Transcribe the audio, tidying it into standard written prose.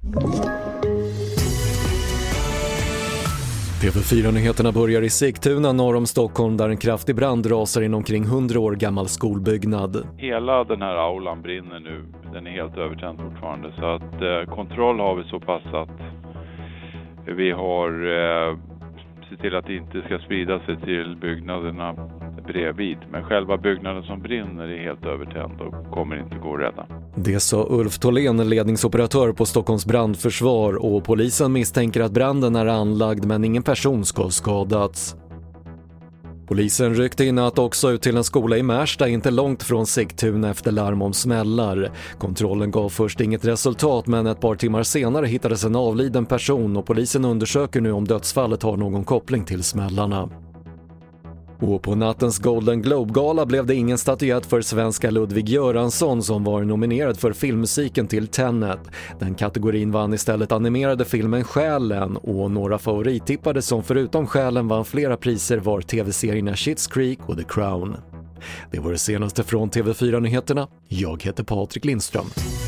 TV4-nyheterna börjar i Sigtuna norr om Stockholm där en kraftig brand rasar i en omkring 100 år gammal skolbyggnad. Hela den här aulan brinner nu, den är helt övertänd fortfarande, så att kontroll har vi så pass att vi har sett till att det inte ska sprida sig till byggnaderna bredvid. Men själva byggnaden som brinner är helt övertänd och kommer inte gå att rädda. Det sa Ulf Tholén, ledningsoperatör på Stockholms brandförsvar, och polisen misstänker att branden är anlagd men ingen person ska ha skadats. Polisen ryckte in att också ut till en skola i Märsta inte långt från Sigtuna efter larm om smällar. Kontrollen gav först inget resultat men ett par timmar senare hittades en avliden person och polisen undersöker nu om dödsfallet har någon koppling till smällarna. Och på nattens Golden Globe-gala blev det ingen statyett för svenska Ludvig Göransson som var nominerad för filmmusiken till Tenet. Den kategorin vann istället animerade filmen Själen, och några favorittippade som förutom Själen vann flera priser var tv-serierna Schitt's Creek och The Crown. Det var det senaste från TV4-nyheterna. Jag heter Patrik Lindström.